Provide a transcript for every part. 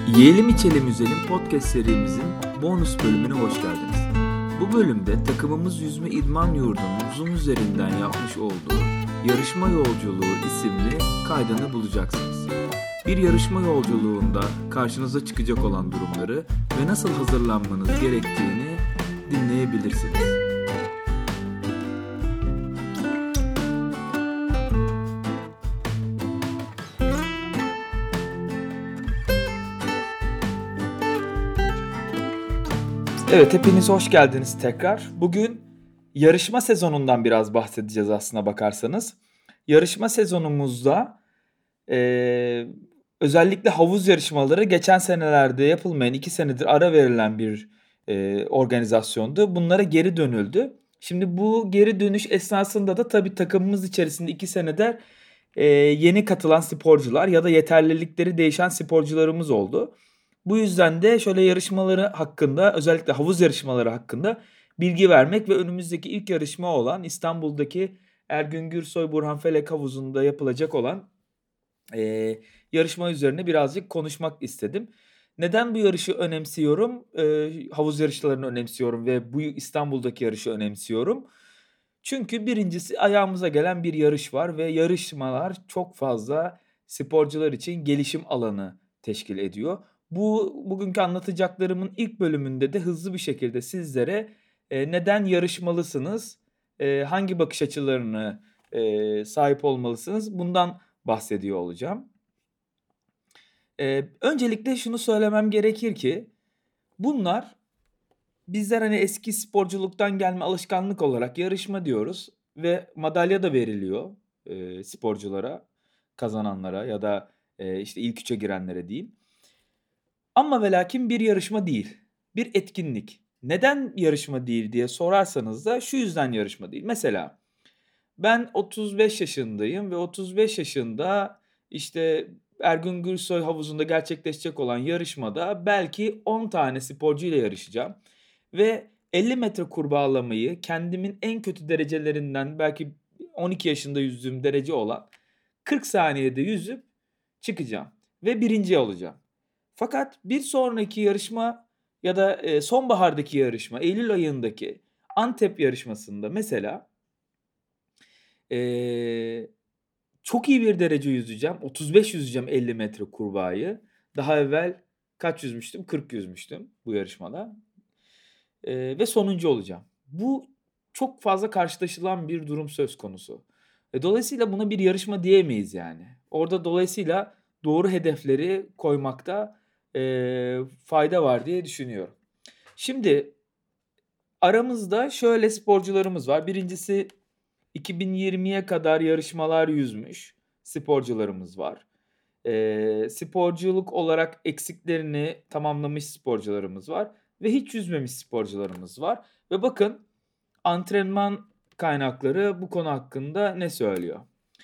Yiyelim İçelim Üzelim podcast serimizin bonus bölümüne hoş geldiniz. Bu bölümde takımımız Yüzme İdman Yurdu'nun Zoom üzerinden yapmış olduğu Yarışma Yolculuğu isimli kaydını bulacaksınız. Bir yarışma yolculuğunda karşınıza çıkacak olan durumları ve nasıl hazırlanmanız gerektiğini dinleyebilirsiniz. Evet, hepiniz hoş geldiniz tekrar. Bugün yarışma sezonundan biraz bahsedeceğiz aslına bakarsanız. Yarışma sezonumuzda özellikle havuz yarışmaları geçen senelerde yapılmayan, 2 senedir ara verilen bir organizasyondu. Bunlara geri dönüldü. Şimdi bu geri dönüş esnasında da tabii takımımız içerisinde 2 senedir yeni katılan sporcular ya da yeterlilikleri değişen sporcularımız oldu. Bu yüzden de şöyle yarışmaları hakkında, özellikle havuz yarışmaları hakkında bilgi vermek ve önümüzdeki ilk yarışma olan İstanbul'daki Ergün Gürsoy Burhanfelek Havuzu'nda yapılacak olan yarışma üzerine birazcık konuşmak istedim. Neden bu yarışı önemsiyorum? Havuz yarışlarını önemsiyorum ve bu İstanbul'daki yarışı önemsiyorum. Çünkü birincisi ayağımıza gelen bir yarış var ve yarışmalar çok fazla sporcular için gelişim alanı teşkil ediyor. Bugünkü anlatacaklarımın ilk bölümünde de hızlı bir şekilde sizlere neden yarışmalısınız, hangi bakış açılarını sahip olmalısınız bundan bahsediyor olacağım. Öncelikle şunu söylemem gerekir ki bunlar bizler hani eski sporculuktan gelme alışkanlık olarak yarışma diyoruz ve madalya da veriliyor sporculara, kazananlara ya da işte ilk üçe girenlere diyeyim. Ama ve lakin bir yarışma değil, bir etkinlik. Neden yarışma değil diye sorarsanız da şu yüzden yarışma değil. Mesela ben 35 yaşındayım ve 35 yaşında işte Ergün Gürsoy Havuzu'nda gerçekleşecek olan yarışmada belki 10 tane sporcu ile yarışacağım. Ve 50 metre kurbağalamayı kendimin en kötü derecelerinden belki 12 yaşında yüzdüğüm derece olan 40 saniyede yüzüp çıkacağım ve birinci olacağım. Fakat bir sonraki yarışma ya da sonbahardaki yarışma, Eylül ayındaki Antep yarışmasında mesela çok iyi bir derece yüzeceğim. 35 yüzeceğim 50 metre kurbağayı. Daha evvel kaç yüzmüştüm? 40 yüzmüştüm bu yarışmada. Ve sonuncu olacağım. Bu çok fazla karşılaşılan bir durum söz konusu. Dolayısıyla buna bir yarışma diyemeyiz yani. Orada dolayısıyla doğru hedefleri koymakta fayda var diye düşünüyorum. Şimdi aramızda şöyle sporcularımız var. Birincisi 2020'ye kadar yarışmalar yüzmüş sporcularımız var. Sporculuk olarak eksiklerini tamamlamış sporcularımız var. Ve hiç yüzmemiş sporcularımız var. Ve bakın antrenman kaynakları bu konu hakkında ne söylüyor?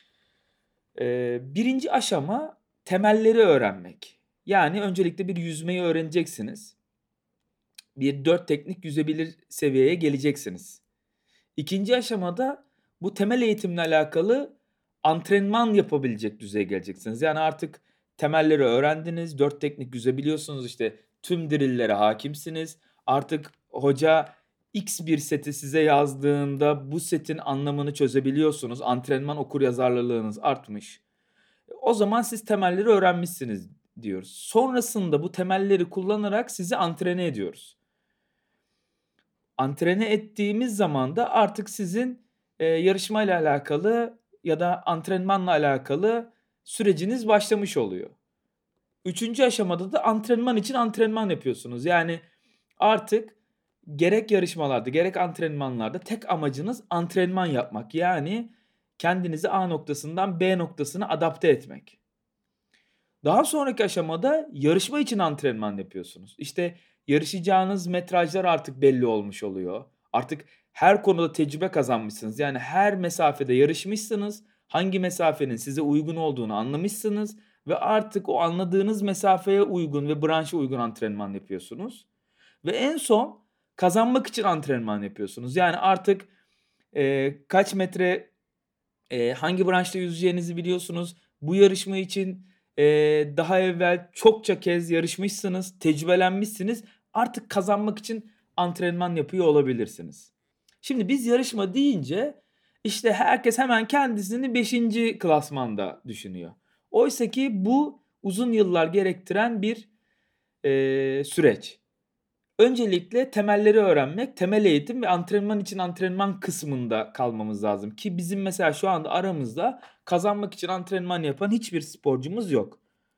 Birinci aşama temelleri öğrenmek. Yani öncelikle bir yüzmeyi öğreneceksiniz. Bir 4 teknik yüzebilir seviyeye geleceksiniz. İkinci aşamada bu temel eğitimle alakalı antrenman yapabilecek düzeye geleceksiniz. Yani artık temelleri öğrendiniz, 4 teknik yüzebiliyorsunuz, işte tüm drill'lere hakimsiniz. Artık hoca X bir seti size yazdığında bu setin anlamını çözebiliyorsunuz. Antrenman okuryazarlılığınız artmış. O zaman siz temelleri öğrenmişsiniz diyoruz. Sonrasında bu temelleri kullanarak sizi antrene ediyoruz. Antrene ettiğimiz zaman da artık sizin yarışmayla alakalı ya da antrenmanla alakalı süreciniz başlamış oluyor. Üçüncü aşamada da antrenman için antrenman yapıyorsunuz. Yani artık gerek yarışmalarda gerek antrenmanlarda tek amacınız antrenman yapmak. Yani kendinizi A noktasından B noktasına adapte etmek. Daha sonraki aşamada yarışma için antrenman yapıyorsunuz. İşte yarışacağınız metrajlar artık belli olmuş oluyor. Artık her konuda tecrübe kazanmışsınız. Yani her mesafede yarışmışsınız. Hangi mesafenin size uygun olduğunu anlamışsınız ve artık o anladığınız mesafeye uygun ve branşa uygun antrenman yapıyorsunuz. Ve en son kazanmak için antrenman yapıyorsunuz. Yani artık kaç metre hangi branşta yüzeceğinizi biliyorsunuz. Bu yarışma için Daha evvel çokça kez yarışmışsınız, tecrübelenmişsiniz. Artık kazanmak için antrenman yapıyor olabilirsiniz. Şimdi biz yarışma deyince işte herkes hemen kendisini beşinci klasmanda düşünüyor. Oysaki bu uzun yıllar gerektiren bir süreç. Öncelikle temelleri öğrenmek, temel eğitim ve antrenman için antrenman kısmında kalmamız lazım. Ki bizim mesela şu anda aramızda kazanmak için antrenman yapan hiçbir sporcumuz yok.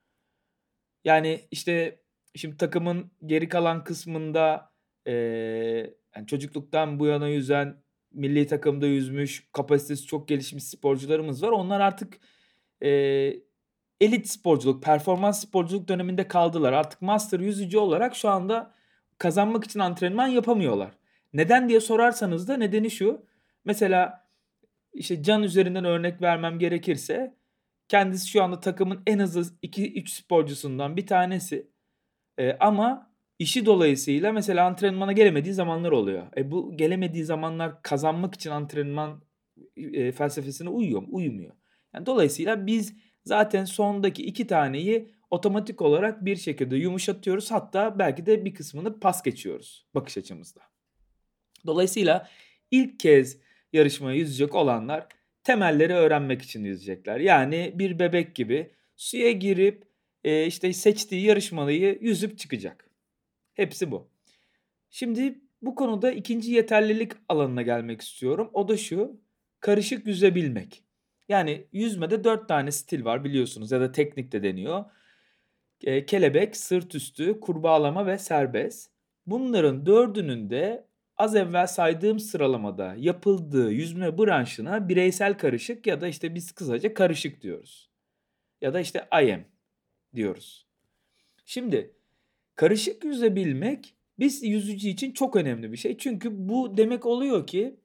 Yani işte şimdi takımın geri kalan kısmında yani çocukluktan bu yana yüzen, milli takımda yüzmüş, kapasitesi çok gelişmiş sporcularımız var. Onlar artık eee, elit sporculuk, performans sporculuk döneminde kaldılar. Artık master yüzücü olarak şu anda kazanmak için antrenman yapamıyorlar. Neden diye sorarsanız da nedeni şu. Mesela işte Can üzerinden örnek vermem gerekirse kendisi şu anda takımın en hızlı 2-3 sporcusundan bir tanesi. Ama işi dolayısıyla mesela antrenmana gelemediği zamanlar oluyor. Bu gelemediği zamanlar kazanmak için antrenman felsefesine uyuyor mu? Uymuyor. Yani dolayısıyla biz zaten sondaki 2 taneyi otomatik olarak bir şekilde yumuşatıyoruz. Hatta belki de bir kısmını pas geçiyoruz bakış açımızda. Dolayısıyla ilk kez yarışmaya yüzecek olanlar temelleri öğrenmek için yüzecekler. Yani bir bebek gibi suya girip işte seçtiği yarışmayı yüzüp çıkacak. Hepsi bu. Şimdi bu konuda ikinci yeterlilik alanına gelmek istiyorum. O da şu: karışık yüzebilmek. Yani yüzmede 4 tane stil var biliyorsunuz ya da teknik de deniyor. Kelebek, sırt üstü, kurbağalama ve serbest. Bunların dördünün de az evvel saydığım sıralamada yapıldığı yüzme branşına bireysel karışık ya da işte biz kısaca karışık diyoruz. Ya da işte IM diyoruz. Şimdi karışık yüzebilmek biz yüzücü için çok önemli bir şey. Çünkü bu demek oluyor ki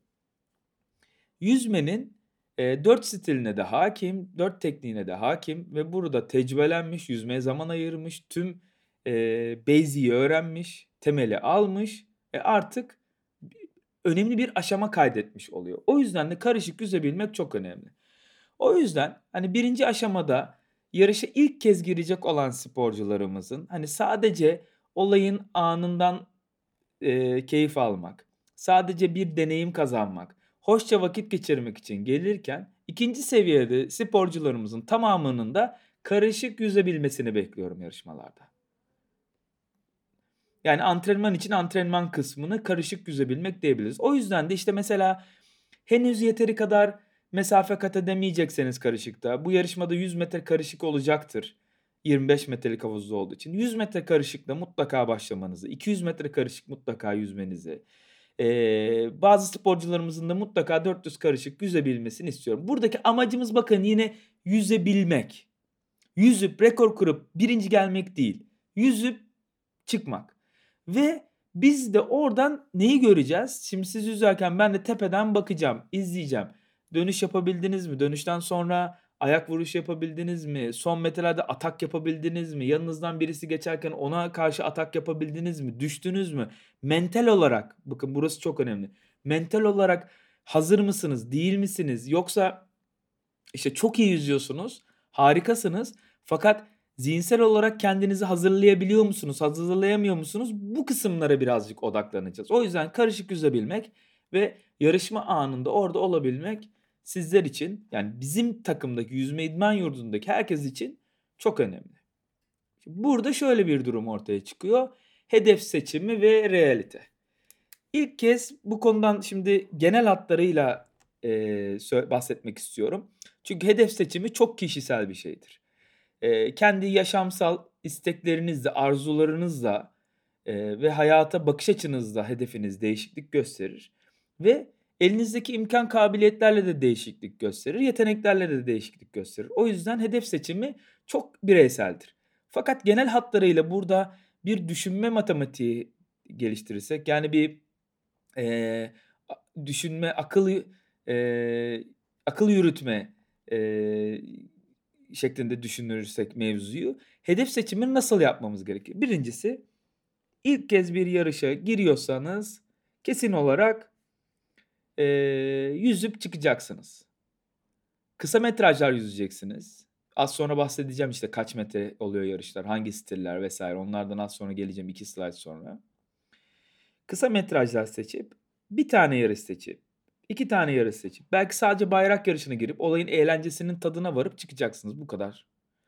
yüzmenin 4 stiline de hakim, 4 tekniğine de hakim ve burada tecrübelenmiş, yüzmeye zaman ayırmış, tüm basic'i öğrenmiş, temeli almış artık önemli bir aşama kaydetmiş oluyor. O yüzden de karışık yüzebilmek çok önemli. O yüzden hani birinci aşamada yarışa ilk kez girecek olan sporcularımızın hani sadece olayın anından keyif almak, sadece bir deneyim kazanmak, hoşça vakit geçirmek için gelirken ikinci seviyede sporcularımızın tamamının da karışık yüzebilmesini bekliyorum yarışmalarda. Yani antrenman için antrenman kısmını karışık yüzebilmek diyebiliriz. O yüzden de işte mesela henüz yeteri kadar mesafe kat edemeyecekseniz karışıkta bu yarışmada 100 metre karışık olacaktır. 25 metrelik havuzlu olduğu için. 100 metre karışıkla mutlaka başlamanızı, 200 metre karışık mutlaka yüzmenizi, bazı sporcularımızın da mutlaka 400 karışık yüzebilmesini istiyorum. Buradaki amacımız bakın yine yüzebilmek. Yüzüp rekor kurup birinci gelmek değil. Yüzüp çıkmak. Ve biz de oradan neyi göreceğiz? Şimdi siz yüzerken ben de tepeden bakacağım, izleyeceğim. Dönüş yapabildiniz mi? Dönüşten sonra ayak vuruşu yapabildiniz mi? Son metrelerde atak yapabildiniz mi? Yanınızdan birisi geçerken ona karşı atak yapabildiniz mi? Düştünüz mü? Mental olarak, bakın burası çok önemli. Mental olarak hazır mısınız, değil misiniz? Yoksa işte çok iyi yüzüyorsunuz, harikasınız fakat zihinsel olarak kendinizi hazırlayabiliyor musunuz, hazırlayamıyor musunuz? Bu kısımlara birazcık odaklanacağız. O yüzden karışık yüzebilmek ve yarışma anında orada olabilmek sizler için yani bizim takımdaki yüzme idman yurdundaki herkes için çok önemli. Burada şöyle bir durum ortaya çıkıyor. Hedef seçimi ve realite. İlk kez bu konudan şimdi genel hatlarıyla bahsetmek istiyorum. Çünkü hedef seçimi çok kişisel bir şeydir. Kendi yaşamsal isteklerinizle, arzularınızla ve hayata bakış açınızla hedefiniz değişiklik gösterir. Ve elinizdeki imkan kabiliyetlerle de değişiklik gösterir, yeteneklerle de değişiklik gösterir. O yüzden hedef seçimi çok bireyseldir. Fakat genel hatlarıyla burada bir düşünme matematiği geliştirirsek yani bir Eee, düşünme, akıl yürütme, eee, şeklinde düşünürsek mevzuyu, hedef seçimini nasıl yapmamız gerekir? Birincisi, ilk kez bir yarışa giriyorsanız kesin olarak, yüzüp çıkacaksınız. Kısa metrajlar yüzeceksiniz. Az sonra bahsedeceğim işte kaç metre oluyor yarışlar, hangi stiller vesaire. Onlardan az sonra geleceğim 2 slayt sonra. Kısa metrajlar seçip, bir tane yarış seçip, 2 tane yarış seçip, belki sadece bayrak yarışına girip olayın eğlencesinin tadına varıp çıkacaksınız. Bu kadar.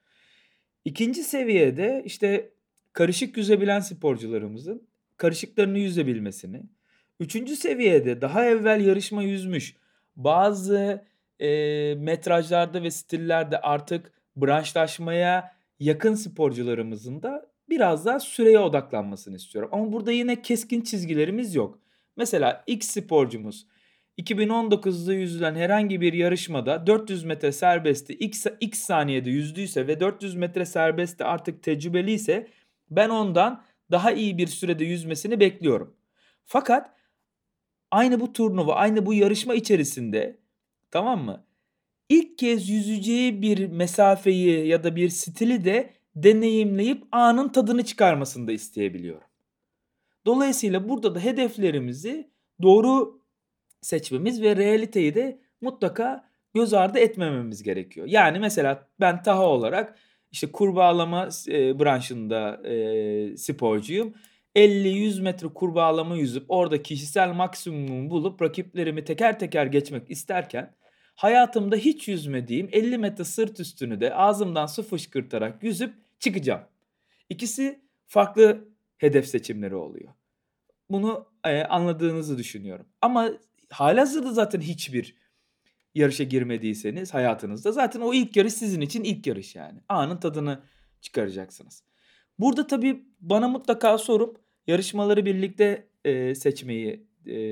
İkinci seviyede işte karışık yüzebilen sporcularımızın karışıklarını yüzebilmesini, üçüncü seviyede daha evvel yarışma yüzmüş bazı metrajlarda ve stillerde artık branşlaşmaya yakın sporcularımızın da biraz daha süreye odaklanmasını istiyorum. Ama burada yine keskin çizgilerimiz yok. Mesela X sporcumuz 2019'da yüzülen herhangi bir yarışmada 400 metre serbestti X saniyede yüzdüyse ve 400 metre serbestte artık tecrübeliyse ben ondan daha iyi bir sürede yüzmesini bekliyorum. Fakat aynı bu turnuva, aynı bu yarışma içerisinde, tamam mı? İlk kez yüzeceği bir mesafeyi ya da bir stili de deneyimleyip anın tadını çıkarmasını da isteyebiliyorum. Dolayısıyla burada da hedeflerimizi doğru seçmemiz ve realiteyi de mutlaka göz ardı etmememiz gerekiyor. Yani mesela ben Taha olarak işte kurbağalama branşında sporcuyum. 50-100 metre kurbağalama yüzüp orada kişisel maksimumu bulup rakiplerimi teker teker geçmek isterken hayatımda hiç yüzmediğim 50 metre sırt üstünü de ağzımdan su fışkırtarak yüzüp çıkacağım. İkisi farklı hedef seçimleri oluyor. Bunu anladığınızı düşünüyorum. Ama halihazırda zaten hiçbir yarışa girmediyseniz hayatınızda zaten o ilk yarış sizin için ilk yarış yani. Anın tadını çıkaracaksınız. Burada tabii bana mutlaka sorup yarışmaları birlikte seçmeyi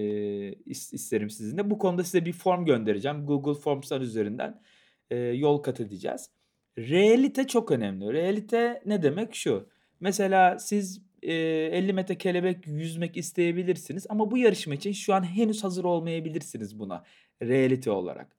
isterim sizinle. Bu konuda size bir form göndereceğim. Google Forms'lar üzerinden yol kat edeceğiz. Realite çok önemli. Realite ne demek? Şu. Mesela siz 50 metre kelebek yüzmek isteyebilirsiniz ama bu yarışma için şu an henüz hazır olmayabilirsiniz buna realite olarak.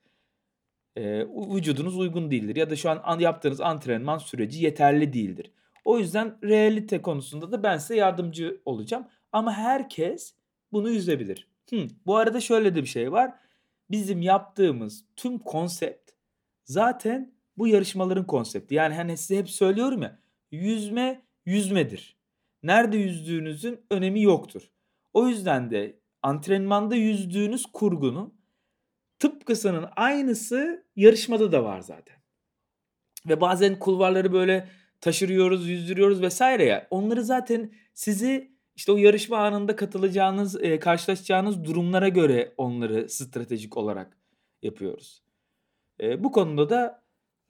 Vücudunuz uygun değildir ya da şu an yaptığınız antrenman süreci yeterli değildir. O yüzden realite konusunda da ben size yardımcı olacağım ama herkes bunu yüzebilir. Bu arada şöyle de bir şey var. Bizim yaptığımız tüm konsept zaten bu yarışmaların konsepti. Yani hani size hep söylüyorum ya, yüzme yüzmedir. Nerede yüzdüğünüzün önemi yoktur. O yüzden de antrenmanda yüzdüğünüz kurgunun tıpkısının aynısı yarışmada da var zaten. Ve bazen kulvarları böyle taşırıyoruz, yüzdürüyoruz vesaire ya. Onları zaten sizi işte o yarışma anında katılacağınız, karşılaşacağınız durumlara göre onları stratejik olarak yapıyoruz. Bu konuda da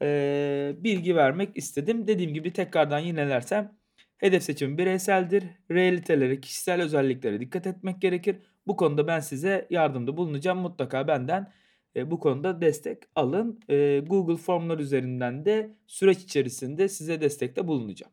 bilgi vermek istedim. Dediğim gibi tekrardan yinelersem hedef seçimi bireyseldir. Realitelere, kişisel özelliklere dikkat etmek gerekir. Bu konuda ben size yardımda bulunacağım. Mutlaka benden bu konuda destek alın. Google Formlar üzerinden de süreç içerisinde size destekte bulunacağım.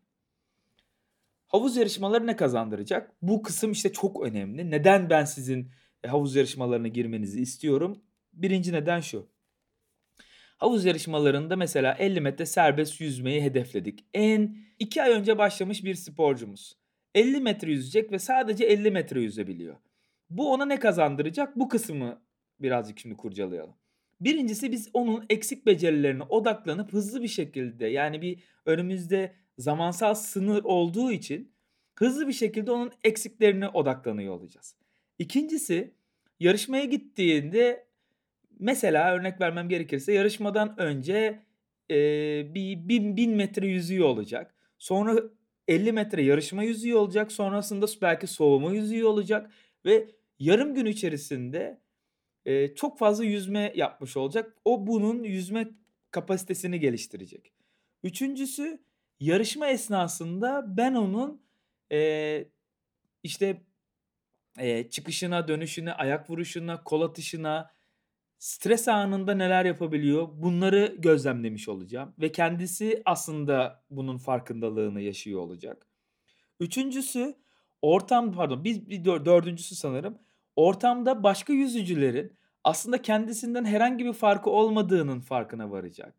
Havuz yarışmaları ne kazandıracak? Bu kısım işte çok önemli. Neden ben sizin havuz yarışmalarına girmenizi istiyorum? Birinci neden şu. Havuz yarışmalarında mesela 50 metre serbest yüzmeyi hedefledik. 2 ay önce başlamış bir sporcumuz. 50 metre yüzecek ve sadece 50 metre yüzebiliyor. Bu ona ne kazandıracak? Bu kısmı birazcık şimdi kurcalayalım. Birincisi biz onun eksik becerilerine odaklanıp hızlı bir şekilde yani bir önümüzde zamansal sınır olduğu için hızlı bir şekilde onun eksiklerine odaklanıyor olacağız. İkincisi yarışmaya gittiğinde mesela örnek vermem gerekirse yarışmadan önce, bir 1000 metre yüzüğü olacak. Sonra 50 metre yarışma yüzüğü olacak. Sonrasında belki soğuma yüzüğü olacak ve yarım gün içerisinde, çok fazla yüzme yapmış olacak. O bunun yüzme kapasitesini geliştirecek. Üçüncüsü yarışma esnasında ben onun, eee, işte, çıkışına, dönüşüne, ayak vuruşuna, kol atışına, stres anında neler yapabiliyor, bunları gözlemlemiş olacağım ve kendisi aslında bunun farkındalığını yaşıyor olacak. Üçüncüsü, dördüncüsü sanırım, ortamda başka yüzücülerin aslında kendisinden herhangi bir farkı olmadığının farkına varacak.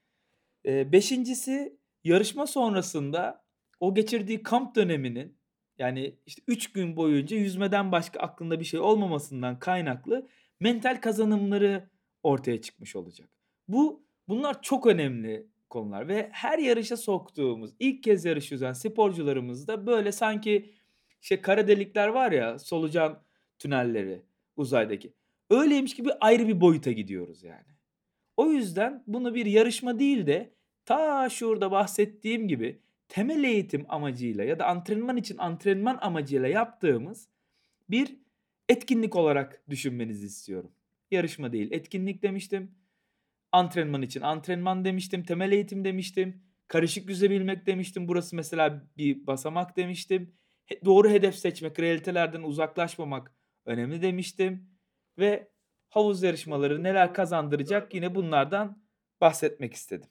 Beşincisi, yarışma sonrasında o geçirdiği kamp döneminin, yani, işte, 3 gün boyunca yüzmeden başka aklında bir şey olmamasından kaynaklı mental kazanımları ortaya çıkmış olacak. Bunlar çok önemli konular ve her yarışa soktuğumuz, ilk kez yarış yüzen sporcularımızda böyle sanki kara delikler var ya, solucan tünelleri uzaydaki. Öyleymiş gibi ayrı bir boyuta gidiyoruz yani. O yüzden bunu bir yarışma değil de ta şurada bahsettiğim gibi temel eğitim amacıyla ya da antrenman için antrenman amacıyla yaptığımız bir etkinlik olarak düşünmenizi istiyorum. Yarışma değil, etkinlik demiştim. Antrenman için antrenman demiştim, temel eğitim demiştim, karışık yüzebilmek demiştim. Burası mesela bir basamak demiştim. Doğru hedef seçmek, realitelerden uzaklaşmamak önemli demiştim ve havuz yarışmaları neler kazandıracak yine bunlardan bahsetmek istedim.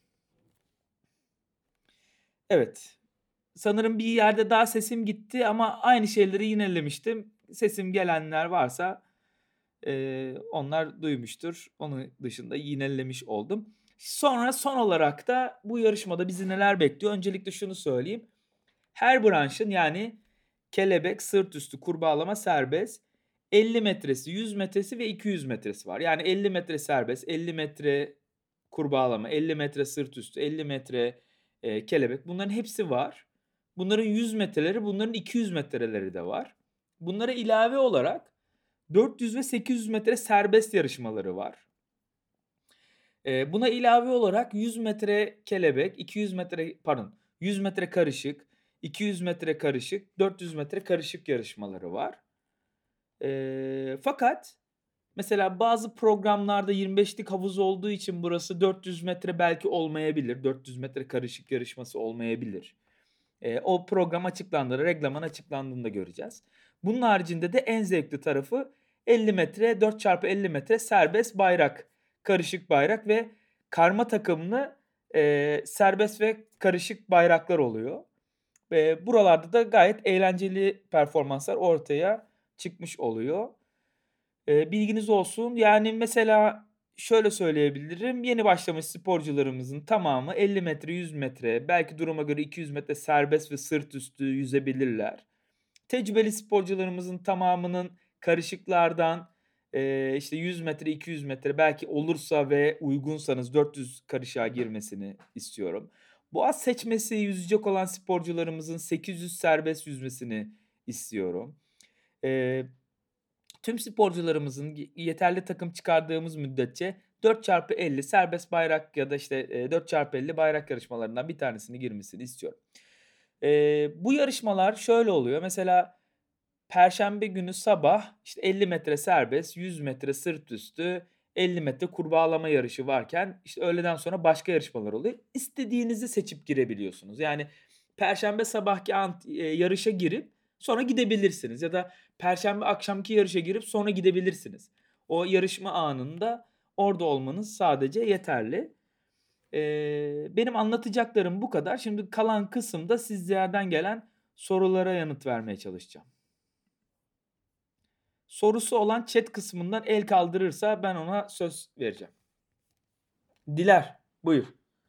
Evet, sanırım bir yerde daha sesim gitti ama aynı şeyleri yinelemiştim. Sesim gelenler varsa onlar duymuştur. Onun dışında yinelemiş oldum. Sonra son olarak da bu yarışmada bizi neler bekliyor? Öncelikle şunu söyleyeyim. Her branşın yani kelebek, sırt üstü, kurbağalama serbest. 50 metresi, 100 metresi ve 200 metresi var. Yani 50 metre serbest, 50 metre kurbağalama, 50 metre sırt üstü, 50 metre kelebek. Bunların hepsi var. Bunların 100 metreleri, bunların 200 metreleri de var. Bunlara ilave olarak 400 ve 800 metre serbest yarışmaları var. Buna ilave olarak 100 metre kelebek, 200 metre pardon, 100 metre karışık, 200 metre karışık, 400 metre karışık yarışmaları var. Fakat mesela bazı programlarda 25'lik havuz olduğu için burası 400 metre belki olmayabilir. 400 metre karışık yarışması olmayabilir. O program açıklandığında, reglaman açıklandığında göreceğiz. Bunun haricinde de en zevkli tarafı 50 metre, 4x50 metre serbest bayrak, karışık bayrak ve karma takımlı serbest ve karışık bayraklar oluyor. Ve buralarda da gayet eğlenceli performanslar ortaya çıkmış oluyor. Bilginiz olsun. Yani mesela şöyle söyleyebilirim. Yeni başlamış sporcularımızın tamamı 50 metre, 100 metre, belki duruma göre 200 metre serbest ve sırt üstü yüzebilirler. Tecrübeli sporcularımızın tamamının karışıklardan işte 100 metre, 200 metre belki olursa ve uygunsanız 400 karışığa girmesini istiyorum. Boğaz seçmesi yüzecek olan sporcularımızın 800 serbest yüzmesini istiyorum. Eee Tüm sporcularımızın yeterli takım çıkardığımız müddetçe 4x50 serbest bayrak ya da işte 4x50 bayrak yarışmalarından bir tanesine girmesini istiyorum. Bu yarışmalar şöyle oluyor. Mesela perşembe günü sabah işte 50 metre serbest, 100 metre sırt üstü, 50 metre kurbağalama yarışı varken işte öğleden sonra başka yarışmalar oluyor. İstediğinizi seçip girebiliyorsunuz. Yani perşembe sabahki yarışa girip sonra gidebilirsiniz ya da perşembe akşamki yarışa girip sonra gidebilirsiniz. O yarışma anında orada olmanız sadece yeterli. Benim anlatacaklarım bu kadar. Şimdi kalan kısımda sizlerden gelen sorulara yanıt vermeye çalışacağım. Sorusu olan chat kısmından el kaldırırsa ben ona söz vereceğim. Diler, buyur.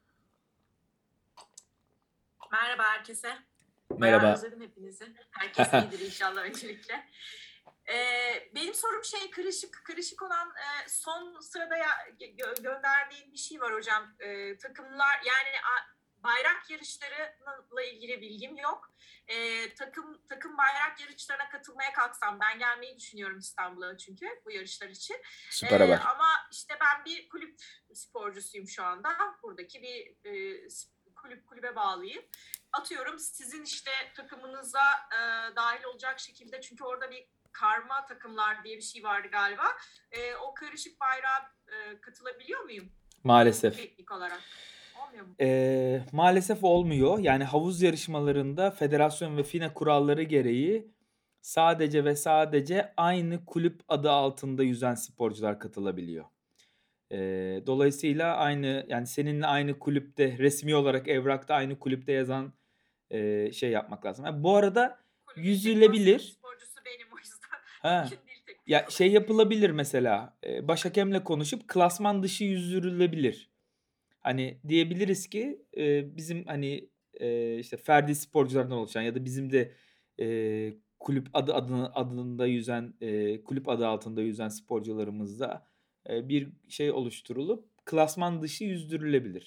Merhaba herkese. Bayağı Merhaba. özledim hepinizi. Herkes iyidir inşallah öncelikle. Benim sorum karışık olan son sırada gönderdiğim bir şey var hocam. Takımlar yani bayrak yarışlarıyla ilgili bilgim yok. Takım bayrak yarışlarına katılmaya kalksam ben gelmeyi düşünüyorum İstanbul'a çünkü bu yarışlar için. Süper haber. Ama işte ben bir kulüp sporcusuyum şu anda. Buradaki bir kulübe bağlıyım. Atıyorum sizin işte takımınıza dahil olacak şekilde çünkü orada bir karma takımlar diye bir şey vardı galiba. O karışık bayrağa katılabiliyor muyum? Maalesef. Teknik olarak. Olmuyor mu? Maalesef olmuyor. Yani havuz yarışmalarında federasyon ve FINA kuralları gereği sadece ve sadece aynı kulüp adı altında yüzen sporcular katılabiliyor. Dolayısıyla aynı yani seninle aynı kulüpte resmi olarak evrakta aynı kulüpte yazan şey yapmak lazım. Bu arada yüzülebilir. Sporcusu benim o yüzden. Ha. Mümkün değil teknik Ya olarak. şey yapılabilir mesela baş hakemle konuşup klasman dışı yüzdürülebilir. Hani diyebiliriz ki bizim hani işte ferdi sporculardan oluşan ya da bizim de kulüp adında yüzen kulüp adı altında yüzen sporcularımızda bir şey oluşturulup klasman dışı yüzdürülebilir.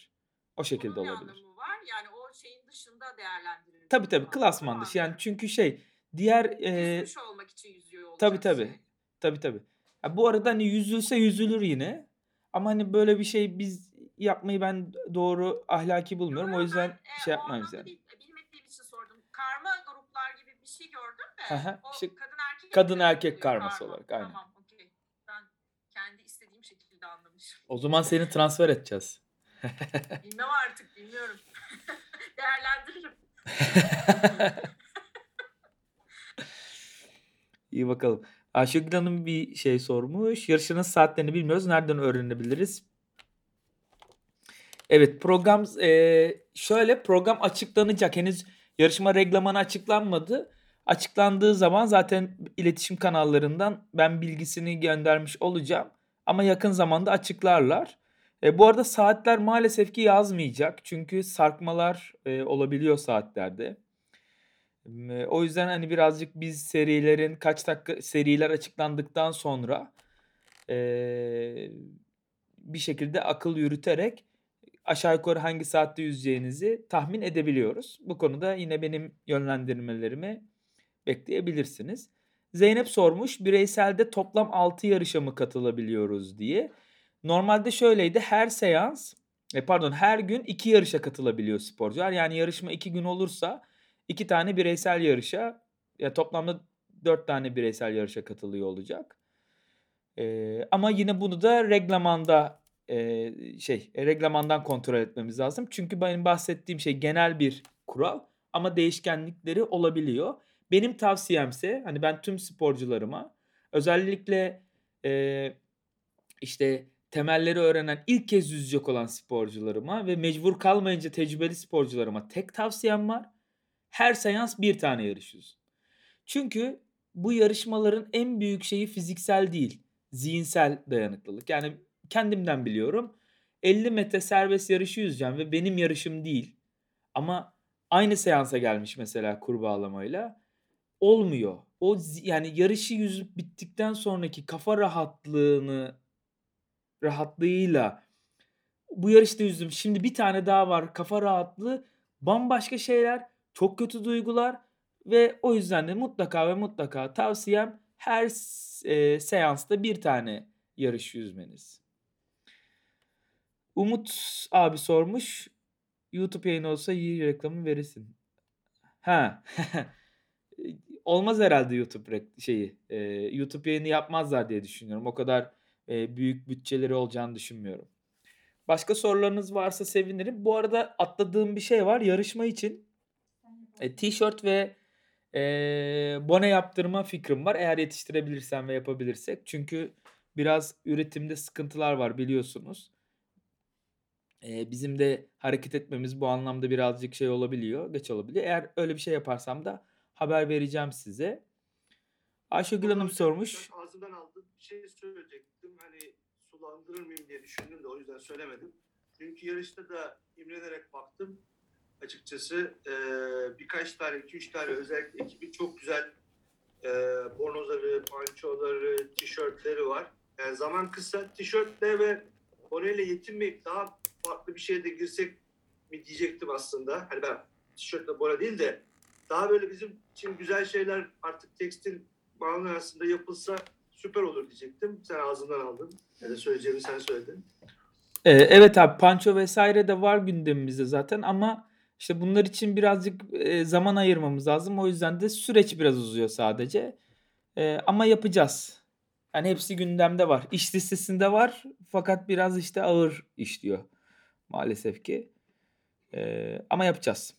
O şekilde Onun ne olabilir. anlamı var? Yani o şeyin dışında değerlendirildiği Tabii zaman doğru mu klasman dışı. Yani anlıyorum? çünkü diğer Yüzmüş olmak için yüzüyor tabii olacaksın. tabii. Tabii tabii. Ya bu arada hani yüzülse yüzülür yine. Ama hani böyle bir şey biz yapmayı ben doğru ahlaki Yo, bulmuyorum. O yo, ben yüzden şey o yapmayız anlamda yani. değil. Bilmediğim için sordum. Karma gruplar gibi bir şey gördüm Hı de hı. o İşte kadın erkek mi kadın demek erkek oluyor karması karma? olarak aynen. Tamam, okey. Ben kendi istediğim şekilde anlamışım. O zaman seni transfer edeceğiz. Bilmem artık, bilmiyorum. Değerlendiririm. İyi bakalım. Ayşegül Hanım bir şey sormuş. Yarışının saatlerini bilmiyoruz. Nereden öğrenebiliriz? Evet, şöyle program açıklanacak. Henüz yarışma reglamanı açıklanmadı. Açıklandığı zaman zaten iletişim kanallarından ben bilgisini göndermiş olacağım. Ama yakın zamanda açıklarlar. Bu arada saatler maalesef ki yazmayacak. Çünkü sarkmalar olabiliyor saatlerde. O yüzden hani birazcık biz serilerin kaç dakika seriler açıklandıktan sonra bir şekilde akıl yürüterek aşağı yukarı hangi saatte yüzeceğinizi tahmin edebiliyoruz. Bu konuda yine benim yönlendirmelerimi bekleyebilirsiniz. Zeynep sormuş, bireyselde toplam 6 yarışa mı katılabiliyoruz diye. Normalde şöyleydi, her gün 2 yarışa katılabiliyor sporcular. Yani yarışma 2 gün olursa 2 tane bireysel yarışa, ya toplamda 4 tane bireysel yarışa katılıyor olacak. Ama yine bunu da reglamandan kontrol etmemiz lazım. Çünkü benim bahsettiğim şey genel bir kural ama değişkenlikleri olabiliyor. Benim tavsiyemse hani ben tüm sporcularıma özellikle işte temelleri öğrenen ilk kez yüzecek olan sporcularıma ve mecbur kalmayınca tecrübeli sporcularıma tek tavsiyem var. Her seans bir tane yarış yüzün. Çünkü bu yarışmaların en büyük şeyi fiziksel değil, zihinsel dayanıklılık. Yani kendimden biliyorum. 50 metre serbest yarışı yüzeceğim ve benim yarışım değil. Ama aynı seansa gelmiş mesela kurbağalamayla. Olmuyor. Yani yarışı yüzüp bittikten sonraki kafa rahatlığıyla bu yarışta yüzdüm. Şimdi bir tane daha var. Kafa rahatlığı bambaşka şeyler, çok kötü duygular ve o yüzden de mutlaka ve mutlaka tavsiyem her seansta bir tane yarış yüzmeniz. Umut abi sormuş. YouTube yayını olsa iyi reklamı verirsin. Ha. Olmaz herhalde YouTube yayını yapmazlar diye düşünüyorum. O kadar büyük bütçeleri olacağını düşünmüyorum. Başka sorularınız varsa sevinirim. Bu arada atladığım bir şey var. Yarışma için tişört ve bone yaptırma fikrim var. Eğer yetiştirebilirsem ve yapabilirsek. Çünkü biraz üretimde sıkıntılar var biliyorsunuz. Bizim de hareket etmemiz bu anlamda birazcık şey olabiliyor, geç olabiliyor. Eğer öyle bir şey yaparsam da haber vereceğim size. Ayşegül Vallahi Hanım hocam sormuş. ben ağzımdan aldığım bir şey söyleyecektim. Hani sulandırır mıyım diye düşündüm de o yüzden söylemedim. Çünkü yarışta da imrenerek baktım. Açıkçası birkaç tane, 2-3 tane özellikle ekibin çok güzel bornozları, pançoları, tişörtleri var. Yani zaman kısa, tişörtle ve boneyle yetinmeyip daha farklı bir şeye de girsek mi diyecektim aslında. Hani ben tişörtle bone değil de daha böyle bizim için güzel şeyler artık tekstil manasında yapılsa süper olur diyecektim. Sen ağzından aldın. Ya da söyleyeceğimi sen söyledin. Evet abi, panço vesaire de var gündemimizde zaten ama işte bunlar için birazcık zaman ayırmamız lazım. O yüzden de süreç biraz uzuyor sadece. Ama yapacağız. Yani hepsi gündemde var. İş listesinde var fakat biraz işte ağır işliyor maalesef ki. Ama yapacağız.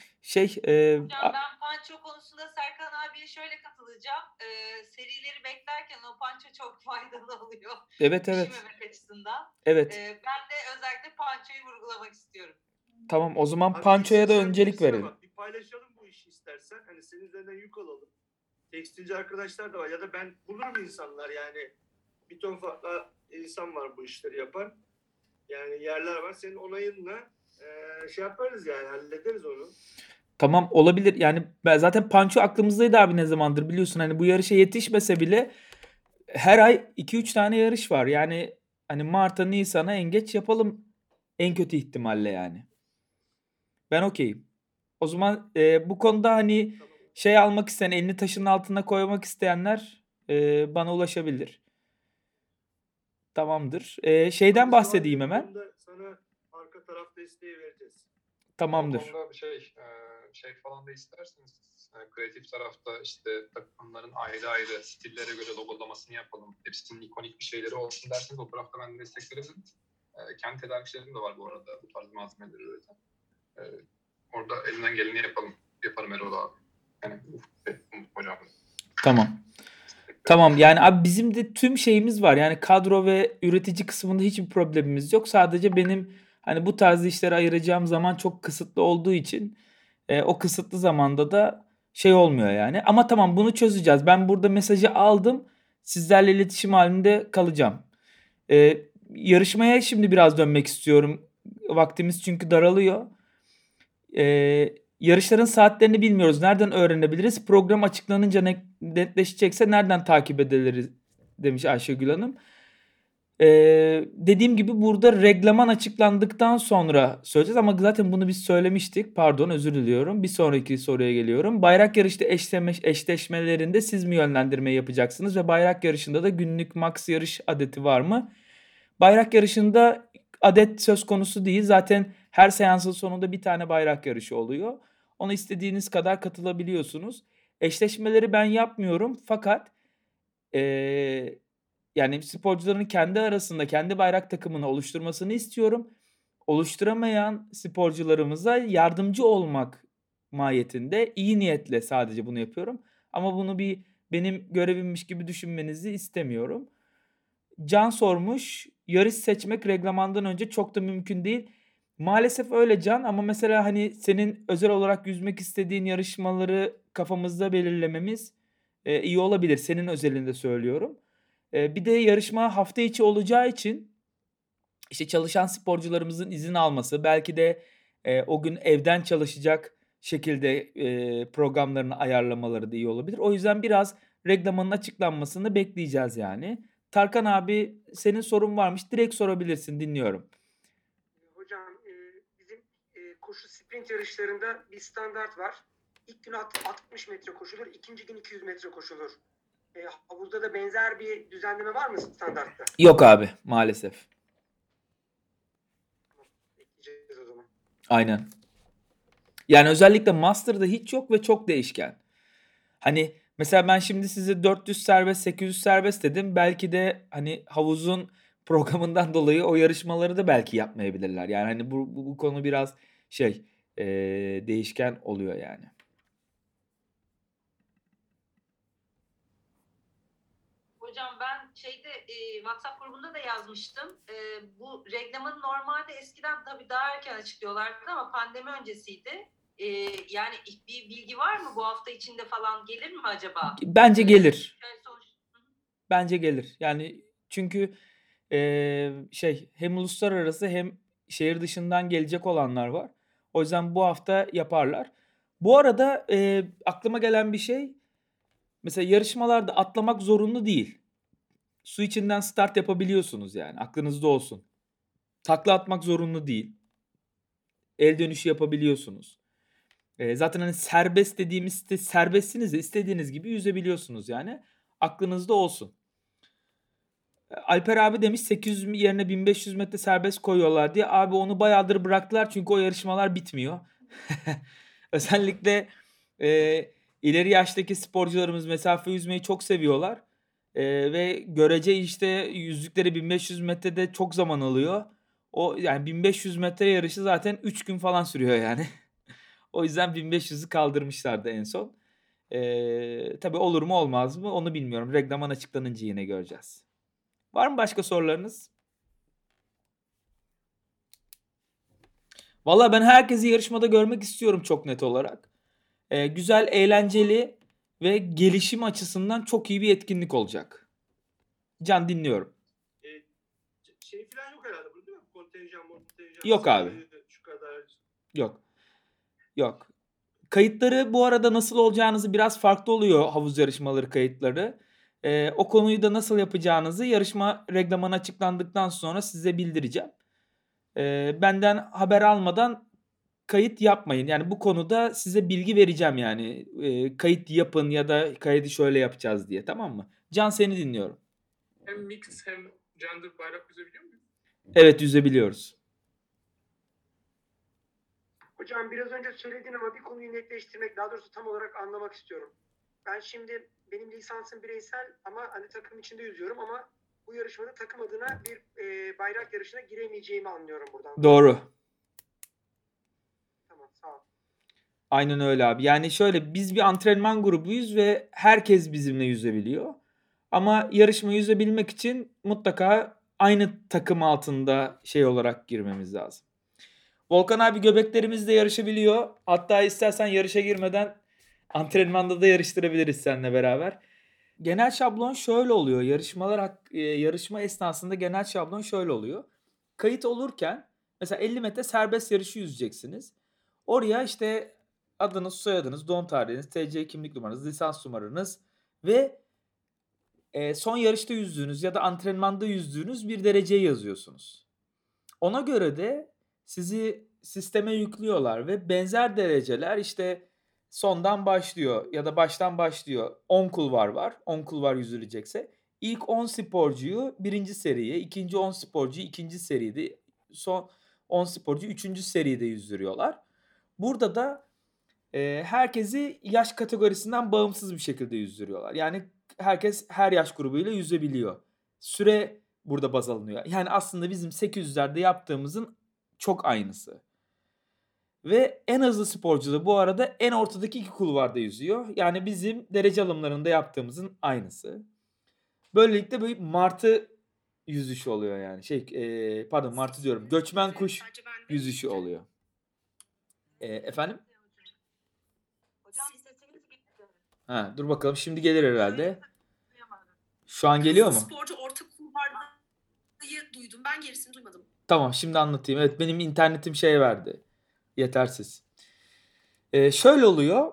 Hocam ben panço konusunda Serkan abiye şöyle katılacağım. Serileri beklerken o panço çok faydalı oluyor. Evet. Üşümemek açısından. Evet. Ben de özellikle pançoyu vurgulamak istiyorum. Tamam, o zaman Abi pançoya da sen öncelik bilirsin verelim. ama bir paylaşalım bu işi istersen. Hani senin üzerinden yük alalım. Tekstilci arkadaşlar da var. Ya da ben bulurum insanlar yani. Bir ton farklı insan var bu işleri yapan. Yani yerler var. Senin onayınla şey yaparız yani. Hallederiz onu. Tamam, olabilir. Yani ben zaten panço aklımızdaydı abi ne zamandır biliyorsun. Hani bu yarışa yetişmese bile her ay 2-3 tane yarış var. Yani hani Mart'a Nisan'a en geç yapalım En kötü ihtimalle yani. Ben okeyim. O zaman bu konuda hani Tamam. şey almak isteyen, elini taşın altına koymak isteyenler bana ulaşabilir. Tamamdır. Şeyden Ama bahsedeyim bu hemen. konuda sana arka taraf desteği vereceğiz. O Tamamdır. konuda şey falan da isterseniz kreatif tarafta işte takımların ayrı ayrı stillere göre logolamasını yapalım. Hepsinin ikonik bir şeyleri olsun derseniz o tarafta ben de destek verebilirim. Kendi tedarikçilerim de var bu arada bu tarz malzemeleri üreten. Orada elinden geleni yaparım Erol abi. Yani hocam. Tamam. Tamam yani abi bizim de tüm şeyimiz var. Yani kadro ve üretici kısmında hiçbir problemimiz yok. Sadece benim hani bu tarz işlere ayıracağım zaman çok kısıtlı olduğu için o kısıtlı zamanda da şey olmuyor yani. Ama tamam bunu çözeceğiz. Ben burada mesajı aldım. Sizlerle iletişim halinde kalacağım. Yarışmaya şimdi biraz dönmek istiyorum. Vaktimiz çünkü daralıyor. Yarışların saatlerini bilmiyoruz. Nereden öğrenebiliriz? Program açıklanınca netleşecekse nereden takip ediliriz demiş Ayşegül Hanım. Dediğim gibi burada reglaman açıklandıktan sonra söyleyeceğiz ama zaten bunu biz söylemiştik. Pardon özür diliyorum. Bir sonraki soruya geliyorum. Bayrak yarışta eşleşmelerinde siz mi yönlendirme yapacaksınız ve bayrak yarışında da günlük max yarış adeti var mı? Bayrak yarışında adet söz konusu değil. Zaten her seansın sonunda bir tane bayrak yarışı oluyor. Ona istediğiniz kadar katılabiliyorsunuz. Eşleşmeleri ben yapmıyorum fakat yani sporcuların kendi arasında kendi bayrak takımını oluşturmasını istiyorum. Oluşturamayan sporcularımıza yardımcı olmak mahiyetinde iyi niyetle sadece bunu yapıyorum. Ama bunu bir benim görevimmiş gibi düşünmenizi istemiyorum. Can sormuş. Yarış seçmek reglamandan önce çok da mümkün değil. Maalesef öyle Can ama mesela hani senin özel olarak yüzmek istediğin yarışmaları kafamızda belirlememiz iyi olabilir. Senin özelinde söylüyorum. Bir de yarışma hafta içi olacağı için işte çalışan sporcularımızın izin alması, belki de o gün evden çalışacak şekilde programlarını ayarlamaları da iyi olabilir. O yüzden biraz reglamanın açıklanmasını bekleyeceğiz yani. Tarkan abi senin sorun varmış. Direkt sorabilirsin. Dinliyorum. Hocam bizim koşu sprint yarışlarında bir standart var. İlk gün 60 metre koşulur, ikinci gün 200 metre koşulur. Havuzda da benzer bir düzenleme var mı standartta? Yok abi maalesef. Bekleyeceğiz o zaman. Aynen. Yani özellikle Master'da hiç yok ve çok değişken. Hani mesela ben şimdi size 400 serbest, 800 serbest dedim. Belki de hani havuzun programından dolayı o yarışmaları da belki yapmayabilirler. Yani hani bu konu biraz şey değişken oluyor yani. Hocam ben WhatsApp grubunda da yazmıştım. Bu reglamanı normalde eskiden tabii daha erken açıklıyorlardı ama pandemi öncesiydi. Yani bir bilgi var mı bu hafta içinde falan gelir mi acaba? Bence gelir. Bence gelir. Yani çünkü hem uluslararası hem şehir dışından gelecek olanlar var. O yüzden bu hafta yaparlar. Bu arada aklıma gelen bir şey, mesela yarışmalarda atlamak zorunlu değil. Su içinden start yapabiliyorsunuz yani. Aklınızda olsun. Takla atmak zorunlu değil. El dönüşü yapabiliyorsunuz. Zaten hani serbest dediğimizde serbestsiniz de istediğiniz gibi yüzebiliyorsunuz yani. Aklınızda olsun. Alper abi demiş 800 yerine 1500 metre serbest koyuyorlar diye. Abi onu bayağıdır bıraktılar çünkü o yarışmalar bitmiyor. Özellikle ileri yaştaki sporcularımız mesafe yüzmeyi çok seviyorlar. Ve görece işte yüzdükleri 1500 metrede çok zaman alıyor. O yani 1500 metre yarışı zaten 3 gün falan sürüyor yani. O yüzden 1500'ü kaldırmışlardı en son. Tabii olur mu olmaz mı onu bilmiyorum. Reglaman açıklanınca yine göreceğiz. Var mı başka sorularınız? Vallahi ben herkesi yarışmada görmek istiyorum çok net olarak. Güzel, eğlenceli ve gelişim açısından çok iyi bir etkinlik olacak. Can dinliyorum. Şey falan yok herhalde burada değil mi? Kontenjan. Yok abi. Şu kadar. Yok. Kayıtları bu arada nasıl olacağınızı biraz farklı oluyor havuz yarışmaları kayıtları. O konuyu da nasıl yapacağınızı yarışma reglamanı açıklandıktan sonra size bildireceğim. benden haber almadan kayıt yapmayın. Yani bu konuda size bilgi vereceğim yani. Kayıt yapın ya da kaydı şöyle yapacağız diye, tamam mı? Can, seni dinliyorum. Hem mix hem gender bayrak yüzebiliyor muyuz? Evet, yüzebiliyoruz. Hocam biraz önce söyledin ama bir konuyu netleştirmek, daha doğrusu tam olarak anlamak istiyorum. Ben şimdi benim lisansım bireysel ama hani takım içinde yüzüyorum ama bu yarışmada takım adına bir bayrak yarışına giremeyeceğimi anlıyorum buradan. Doğru. Tamam, sağ ol. Aynen öyle abi. Yani şöyle, biz bir antrenman grubuyuz ve herkes bizimle yüzebiliyor. Ama yarışma yüzebilmek için mutlaka aynı takım altında şey olarak girmemiz lazım. Volkan abi göbeklerimizle yarışabiliyor. Hatta istersen yarışa girmeden antrenmanda da yarıştırabiliriz seninle beraber. Genel şablon şöyle oluyor. Yarışma esnasında genel şablon şöyle oluyor. Kayıt olurken mesela 50 metre serbest yarışı yüzeceksiniz. Oraya işte adınız, soyadınız, doğum tarihiniz, TC kimlik numaranız, lisans numaranız ve son yarışta yüzdüğünüz ya da antrenmanda yüzdüğünüz bir dereceyi yazıyorsunuz. Ona göre de sizi sisteme yüklüyorlar ve benzer dereceler işte sondan başlıyor ya da baştan başlıyor. 10 kulvar var. 10 kulvar yüzülecekse ilk 10 sporcuyu birinci seriye, ikinci 10 sporcuyu ikinci seride, son 10 sporcuyu üçüncü seride yüzdürüyorlar. Burada da herkesi yaş kategorisinden bağımsız bir şekilde yüzdürüyorlar. Yani herkes her yaş grubuyla yüzebiliyor. Süre burada baz alınıyor. Yani aslında bizim 800'lerde yaptığımızın çok aynısı. Ve en hızlı sporcu da bu arada en ortadaki iki kulvarda yüzüyor. Yani bizim derece alımlarında yaptığımızın aynısı. Böylelikle bir martı yüzüşü oluyor yani. Martı diyorum. Göçmen kuş yüzüşü oluyor. Efendim? Hocam sesiniz gitti. Dur bakalım, şimdi gelir herhalde. Şu an geliyor mu? Sporcu orta kulvarda duydum. Ben gerisini duymadım. Tamam, şimdi anlatayım. Evet, benim internetim verdi. Yetersiz. Şöyle oluyor.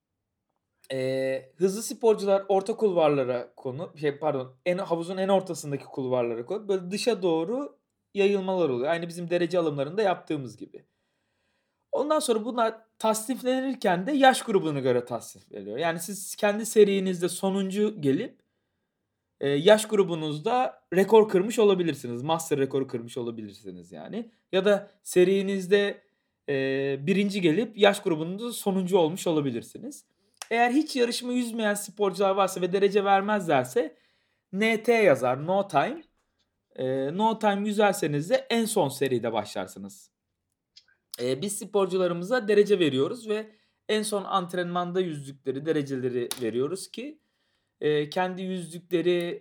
Hızlı sporcular orta kulvarlara havuzun en ortasındaki kulvarlara konup böyle dışa doğru yayılmalar oluyor. Aynı bizim derece alımlarında yaptığımız gibi. Ondan sonra bunlar tasniflenirken de yaş grubuna göre tasnifleniyor. Yani siz kendi serinizde sonuncu gelip yaş grubunuzda rekor kırmış olabilirsiniz. Master rekoru kırmış olabilirsiniz yani. Ya da serinizde birinci gelip yaş grubunuzda sonuncu olmuş olabilirsiniz. Eğer hiç yarışma yüzmeyen sporcular varsa ve derece vermezlerse NT yazar. No time. No time yüzerseniz de en son seride başlarsınız. Biz sporcularımıza derece veriyoruz ve en son antrenmanda yüzdükleri dereceleri veriyoruz ki kendi yüzdükleri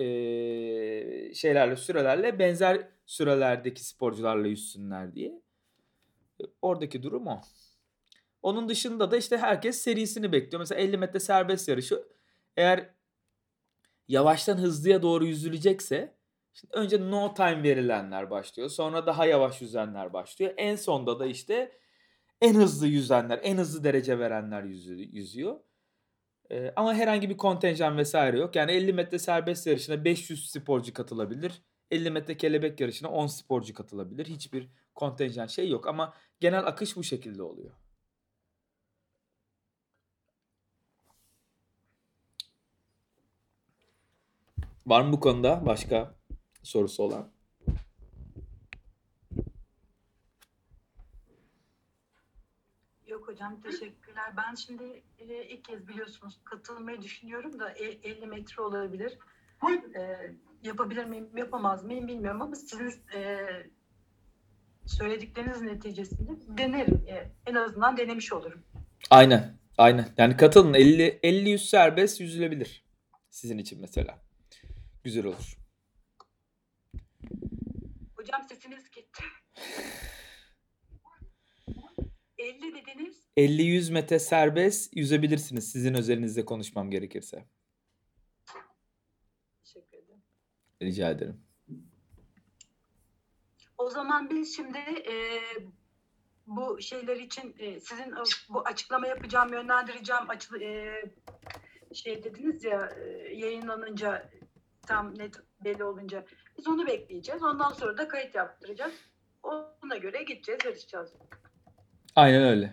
sürelerle benzer sürelerdeki sporcularla yüzsünler diye. Oradaki durum o. Onun dışında da işte herkes serisini bekliyor. Mesela 50 metre serbest yarışı eğer yavaştan hızlıya doğru yüzülecekse şimdi önce no time verilenler başlıyor. Sonra daha yavaş yüzenler başlıyor. En sonda da işte en hızlı yüzenler, en hızlı derece verenler yüzüyor. Ama herhangi bir kontenjan vesaire yok. Yani 50 metre serbest yarışına 500 sporcu katılabilir. 50 metre kelebek yarışına 10 sporcu katılabilir. Hiçbir kontenjan yok ama genel akış bu şekilde oluyor. Var mı bu konuda başka sorusu olan? Yok hocam, teşekkürler. Ben şimdi ilk kez biliyorsunuz katılmayı düşünüyorum da 50 metre olabilir. Yapabilir miyim, yapamaz mıyım bilmiyorum ama sizin söyledikleriniz neticesinde denerim. En azından denemiş olurum. Aynen. Yani katılın. 50-100 serbest yüzülebilir. Sizin için mesela. Güzel olur. Hocam sesiniz gitti. 50 dediniz. 50-100 metre serbest yüzebilirsiniz. Sizin özelinizde konuşmam gerekirse. Teşekkür ederim. Rica ederim. O zaman biz şimdi bu şeyler için sizin bu açıklama yapacağım, yönlendireceğim dediniz ya, yayınlanınca tam net belli olunca biz onu bekleyeceğiz. Ondan sonra da kayıt yaptıracağız. O Buna göre gideceğiz, yarışacağız. Aynen öyle.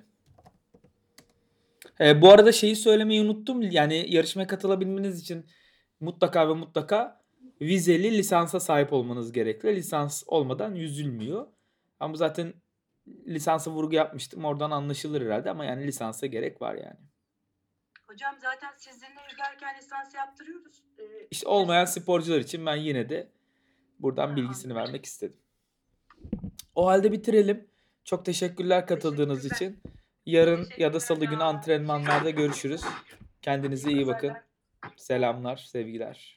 Bu arada şeyi söylemeyi unuttum. Yani yarışmaya katılabilmeniz için mutlaka ve mutlaka vizeli lisansa sahip olmanız gerekli. Lisans olmadan yüzülmüyor. Ama zaten lisansa vurgu yapmıştım. Oradan anlaşılır herhalde ama yani lisansa gerek var yani. Hocam zaten sizinle yüzerken lisans yaptırıyoruz. İşte olmayan Lisans- sporcular için ben yine de buradan Ha, bilgisini anladım. vermek istedim. O halde bitirelim. Çok teşekkürler katıldığınız Teşekkürler. için. Yarın ya da Teşekkürler salı günü hocam. antrenmanlarda görüşürüz. Kendinize iyi bakın. Pazarlar. Selamlar, sevgiler.